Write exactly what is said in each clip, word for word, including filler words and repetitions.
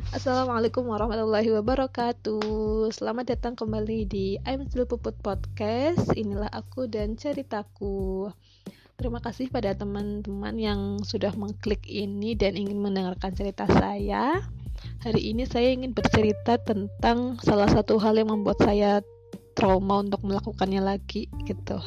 Assalamualaikum warahmatullahi wabarakatuh. Selamat datang kembali di I'm Still Puput Podcast. Inilah aku dan ceritaku. Terima kasih pada teman-teman yang sudah mengklik ini dan ingin mendengarkan cerita saya. Hari ini saya ingin bercerita tentang salah satu hal yang membuat saya trauma untuk melakukannya lagi gitu.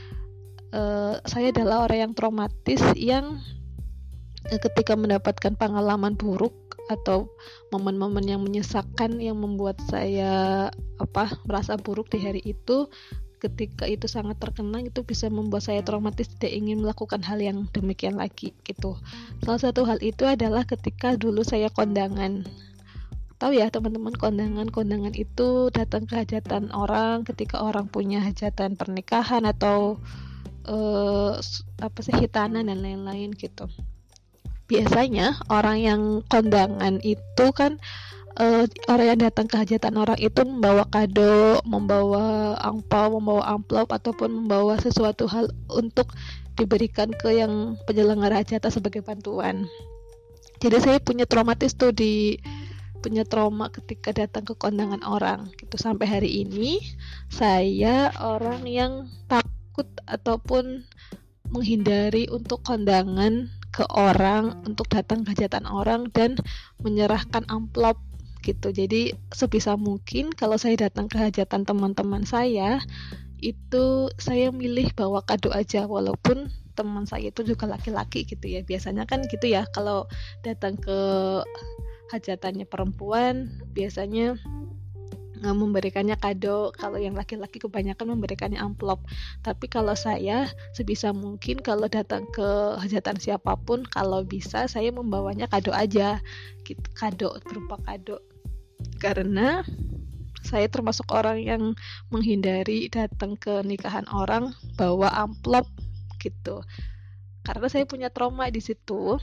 Uh, saya adalah orang yang traumatis yang ketika mendapatkan pengalaman buruk atau momen-momen yang menyesakan yang membuat saya apa merasa buruk di hari itu, ketika itu sangat terkenang, itu bisa membuat saya traumatis, tidak ingin melakukan hal yang demikian lagi gitu. Salah satu hal itu adalah ketika dulu saya kondangan. Tahu ya teman-teman, kondangan kondangan itu datang ke hajatan orang ketika orang punya hajatan pernikahan atau uh, apa sih hitanan dan lain-lain gitu. Biasanya orang yang kondangan itu kan uh, orang yang datang ke hajatan orang itu membawa kado, membawa angpau, membawa amplop, ataupun membawa sesuatu hal untuk diberikan ke yang penyelenggara hajatan sebagai bantuan. Jadi saya punya traumatis tuh di punya trauma ketika datang ke kondangan orang gitu. Sampai hari ini saya orang yang takut ataupun menghindari untuk kondangan ke orang, untuk datang ke hajatan orang dan menyerahkan amplop gitu. Jadi sebisa mungkin kalau saya datang ke hajatan teman-teman saya, itu saya milih bawa kado aja, walaupun teman saya itu juga laki-laki gitu ya. Biasanya kan gitu ya, kalau datang ke hajatannya perempuan biasanya memberikannya kado, kalau yang laki-laki kebanyakan memberikannya amplop. Tapi kalau saya sebisa mungkin kalau datang ke hajatan siapapun, kalau bisa saya membawanya kado aja gitu, kado berupa kado, karena saya termasuk orang yang menghindari datang ke nikahan orang bawa amplop gitu, karena saya punya trauma di situ.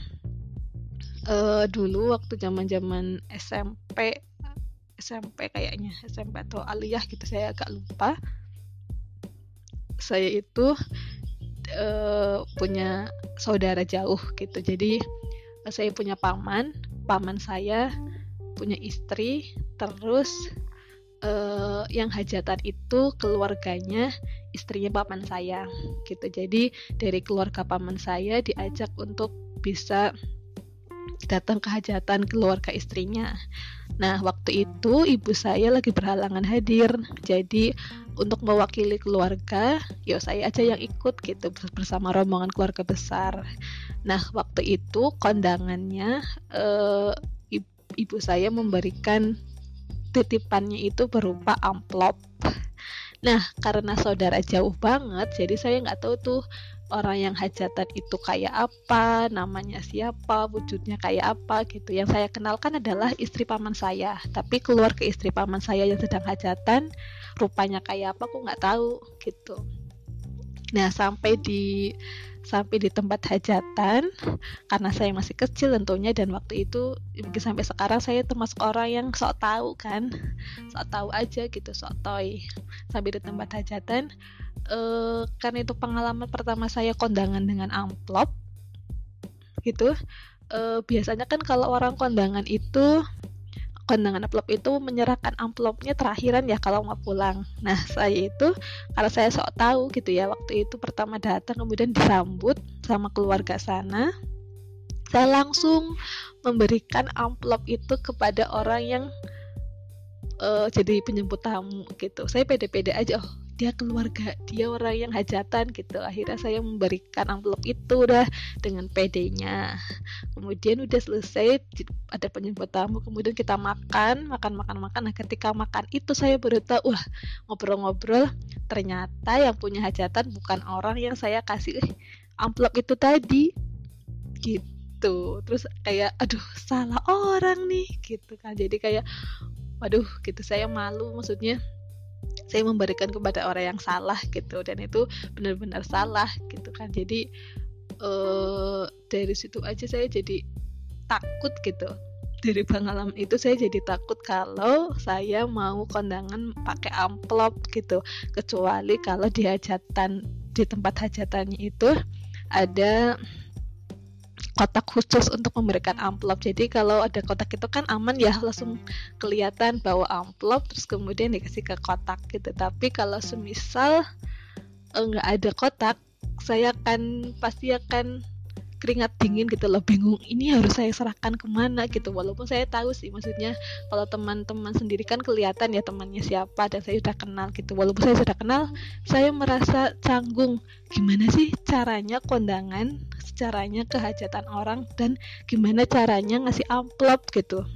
Uh, dulu waktu zaman-zaman S M P S M P kayaknya S M P atau aliyah gitu, saya agak lupa. Saya itu uh, punya saudara jauh gitu. Jadi uh, saya punya paman, paman saya punya istri, terus uh, yang hajatan itu keluarganya istrinya paman saya gitu. Jadi dari keluarga paman saya diajak untuk bisa datang ke hajatan keluarga istrinya. Nah, waktu itu ibu saya lagi berhalangan hadir. Jadi untuk mewakili keluarga, ya saya aja yang ikut gitu bersama rombongan keluarga besar. Nah, waktu itu kondangannya eh, ibu saya memberikan titipannya itu berupa amplop. Nah, karena saudara jauh banget, jadi saya nggak tahu tuh orang yang hajatan itu kayak apa, namanya siapa, wujudnya kayak apa gitu. Yang saya kenalkan adalah istri paman saya, tapi keluarga istri paman saya yang sedang hajatan rupanya kayak apa aku nggak tahu gitu. Nah, sampai di sampai di tempat hajatan, karena saya masih kecil tentunya, dan waktu itu mungkin sampai sekarang saya termasuk orang yang sok tahu kan, sok tahu aja gitu, sok toy. Sampai di tempat hajatan, eh, kan itu pengalaman pertama saya kondangan dengan amplop gitu. Eh, biasanya kan kalau orang kondangan itu kondangan amplop itu menyerahkan amplopnya terakhiran ya kalau mau pulang. Nah, saya itu karena saya sok tahu gitu ya, waktu itu pertama datang kemudian disambut sama keluarga sana, saya langsung memberikan amplop itu kepada orang yang uh, jadi penyambut tamu gitu. Saya pede-pede aja, oh dia keluarga, dia orang yang hajatan gitu. Akhirnya saya memberikan amplop itu udah dengan pedenya. Kemudian udah selesai, ada penyambut tamu, kemudian kita makan, makan, makan, makan. Nah, ketika makan itu saya baru tahu, wah, ngobrol-ngobrol, ternyata yang punya hajatan bukan orang yang saya kasih amplop itu tadi, gitu. Terus kayak, aduh, salah orang nih, gitu kan. Jadi kayak, waduh, gitu, saya malu, maksudnya saya memberikan kepada orang yang salah gitu, dan itu benar-benar salah gitu kan. Jadi uh, dari situ aja saya jadi takut gitu. Dari pengalaman itu saya jadi takut kalau saya mau kondangan pakai amplop gitu, kecuali kalau di hajatan, di tempat hajatannya itu ada kotak khusus untuk memberikan amplop. Jadi kalau ada kotak itu kan aman ya, langsung kelihatan bawa amplop terus kemudian dikasih ke kotak gitu. Tapi kalau semisal nggak ada kotak, saya akan pasti akan keringat dingin gitu loh, bingung ini harus saya serahkan kemana gitu. Walaupun saya tahu sih, maksudnya kalau teman-teman sendiri kan kelihatan ya temannya siapa dan saya sudah kenal gitu. Walaupun saya sudah kenal, saya merasa canggung gimana sih caranya kondangan, caranya kehajatan orang, dan gimana caranya ngasih amplop gitu.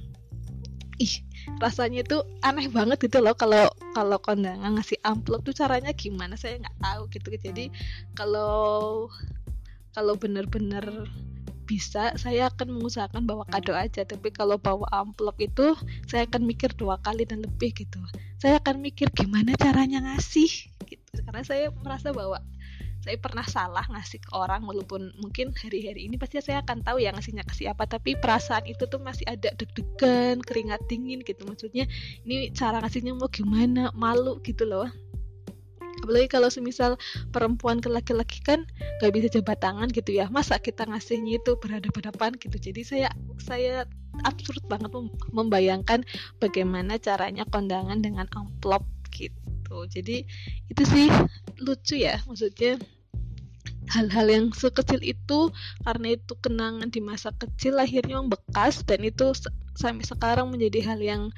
Ih, rasanya itu aneh banget gitu loh, kalau kalau kondangan ngasih amplop tuh caranya gimana saya nggak tahu gitu. Jadi kalau kalau benar-benar bisa, saya akan mengusahakan bawa kado aja. Tapi kalau bawa amplop itu saya akan mikir dua kali dan lebih gitu. Saya akan mikir gimana caranya ngasih gitu, karena saya merasa bahwa saya pernah salah ngasih ke orang. Walaupun mungkin hari-hari ini pasti saya akan tahu ya ngasihnya ke siapa, tapi perasaan itu tuh masih ada deg-degan, keringat dingin gitu. Maksudnya ini cara ngasihnya mau gimana, malu gitu loh. Apalagi kalau semisal perempuan ke laki-laki kan gak bisa jabat tangan gitu ya, masa kita ngasihnya itu berhadapan-hadapan gitu. Jadi saya saya absurd banget membayangkan bagaimana caranya kondangan dengan amplop gitu. Jadi itu sih lucu ya, maksudnya hal-hal yang sekecil itu, karena itu kenangan di masa kecil akhirnya membekas, dan itu sampai sekarang menjadi hal yang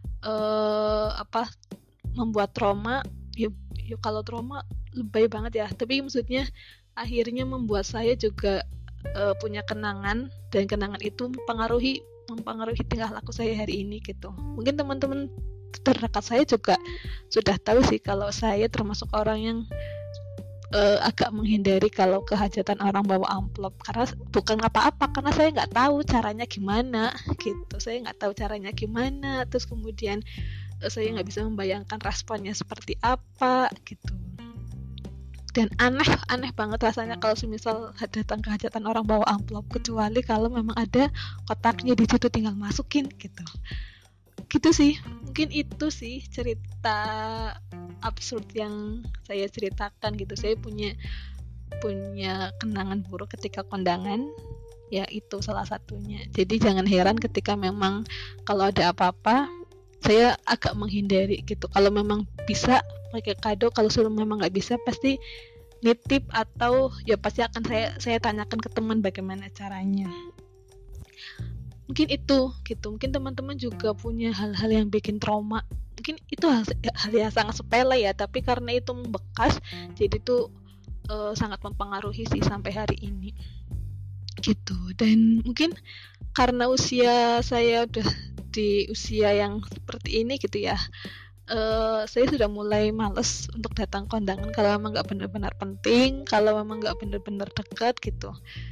uh, apa membuat trauma. Ya, ya kalau trauma lebay banget ya, tapi maksudnya akhirnya membuat saya juga uh, punya kenangan, dan kenangan itu mempengaruhi mempengaruhi tingkah laku saya hari ini gitu. Mungkin teman-teman terdekat saya juga sudah tahu sih kalau saya termasuk orang yang uh, agak menghindari kalau kehajatan orang bawa amplop, karena bukan apa-apa, karena saya nggak tahu caranya gimana gitu. Saya nggak tahu caranya gimana, terus kemudian saya nggak bisa membayangkan responnya seperti apa gitu. Dan aneh aneh banget rasanya kalau semisal datang kehajatan orang bawa amplop, kecuali kalau memang ada kotaknya di situ tinggal masukin gitu. Gitu sih, mungkin itu sih cerita absurd yang saya ceritakan gitu. Saya punya punya kenangan buruk ketika kondangan, ya itu salah satunya. Jadi jangan heran ketika memang kalau ada apa-apa saya agak menghindari gitu. Kalau memang bisa pakai kado, kalau sudah memang nggak bisa pasti nitip, atau ya pasti akan saya saya tanyakan ke teman bagaimana caranya. Mungkin itu gitu. Mungkin teman-teman juga punya hal-hal yang bikin trauma. Mungkin itu hal, hal yang sangat sepele ya, tapi karena itu membekas, jadi itu uh, sangat mempengaruhi sih sampai hari ini gitu. Dan mungkin karena usia saya udah di usia yang seperti ini gitu ya, uh, saya sudah mulai males untuk datang kondangan kalau memang nggak benar-benar penting, kalau memang nggak benar-benar dekat gitu,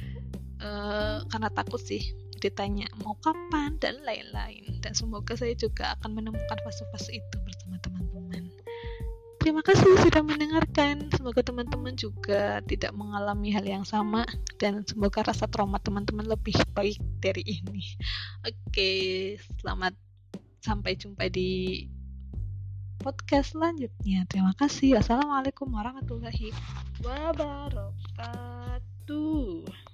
uh, karena takut sih ditanya mau kapan dan lain-lain. Dan semoga saya juga akan menemukan fase-fase itu bersama teman-teman. Terima kasih sudah mendengarkan. Semoga teman-teman juga tidak mengalami hal yang sama, dan semoga rasa trauma teman-teman lebih baik dari ini. Oke, selamat sampai jumpa di podcast selanjutnya. Terima kasih. Wassalamualaikum warahmatullahi wabarakatuh.